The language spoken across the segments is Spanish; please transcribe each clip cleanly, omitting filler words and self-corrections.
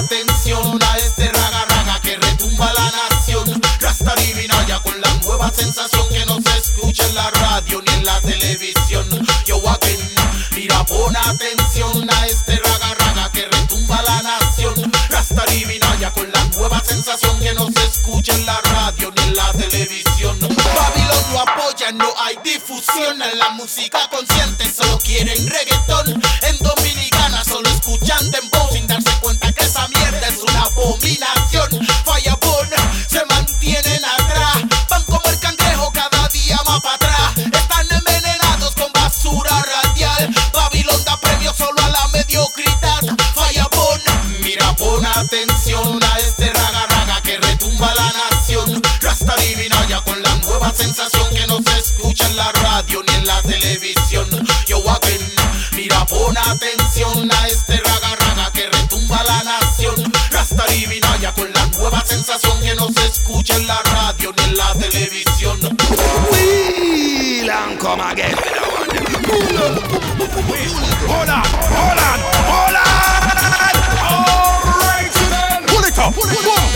atención a este raga raga que retumba la nación. Rasta Divinaya con la nueva sensación que no se escucha en la radio ni en la televisión. Yo again, mira, pon atención a este raga raga que retumba la nación. Rasta Divinaya con la nueva sensación que no se escucha en la radio ni en la televisión. Babilón no apoya, no hay difusión en la música consciente, solo quieren reggaetón. En Dominicana solo escuchan dembow sin darse cuenta que esa mierda es una abominación. Fallabón se mantienen atrás, van como el cangrejo cada día más para atrás. Están envenenados con basura radial. Babilón da premio solo a la mediocridad. Fallabón, mira, pon atención a este raga raga que retumba la nación. Rasta Divinaya con la nueva sensación que no se escucha en la radio ni en la televisión. Yo again, mira, pon atención a este raga raga que retumba la nación. Rasta Divinaya con la nueva sensación que no se escucha en la radio ni en la televisión. Wheel and come again. Hola, hola, hola. Alright then. Pull it up.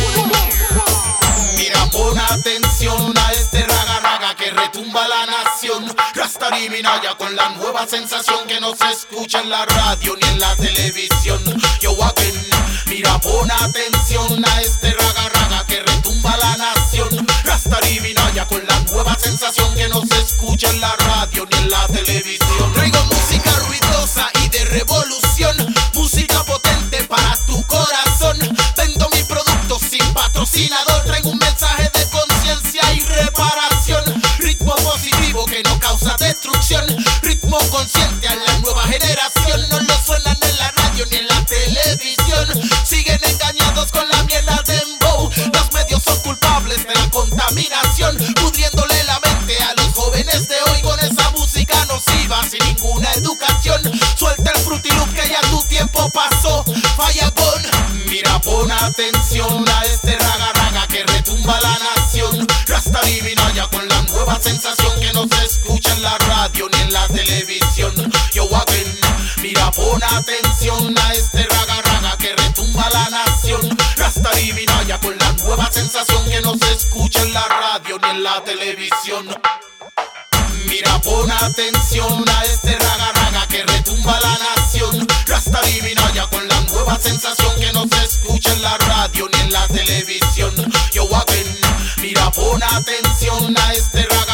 Mira, pon atención a este raga raga que retumba la nación. Rasta Divinaya con la nueva sensación que no se escucha en la radio ni en la televisión. Yo again, mira, pon atención a este raga raga que retumba la nación. Rasta Divinaya con la nueva sensación que no se escucha en la radio ni en la televisión. Traigo música ruidosa y de revolución, música potente para tu corazón. Vendo mi producto sin patrocinador, traigo un mensaje de conciencia y reparación. Ritmo positivo que no causa destrucción, ritmo consciente a la nueva generación. No lo suenan en la radio ni en la televisión, siguen engañados con la mierda de dembow. Los medios son culpables de la contaminación, pudriéndole la mente a los jóvenes de hoy con esa música nociva sin ninguna educación. Suelta el Fruity Loop que ya tu tiempo pasó. Fallabón, mira, pon atención a este raga raga que retumba la nación. Rasta Divinaya con la nueva sensación que no se escucha en la radio ni en la televisión. Yo again, mira, pon atención a este raga raga que retumba la nación. Rasta Divinaya con la nueva sensación que no se escucha en la radio ni en la televisión. Mira, pon atención a este raga raga que retumba la nación. Rasta Divinaya con la nueva sensación que no se escucha en la radio ni en la televisión. Yo again, mira, pon atención a este raga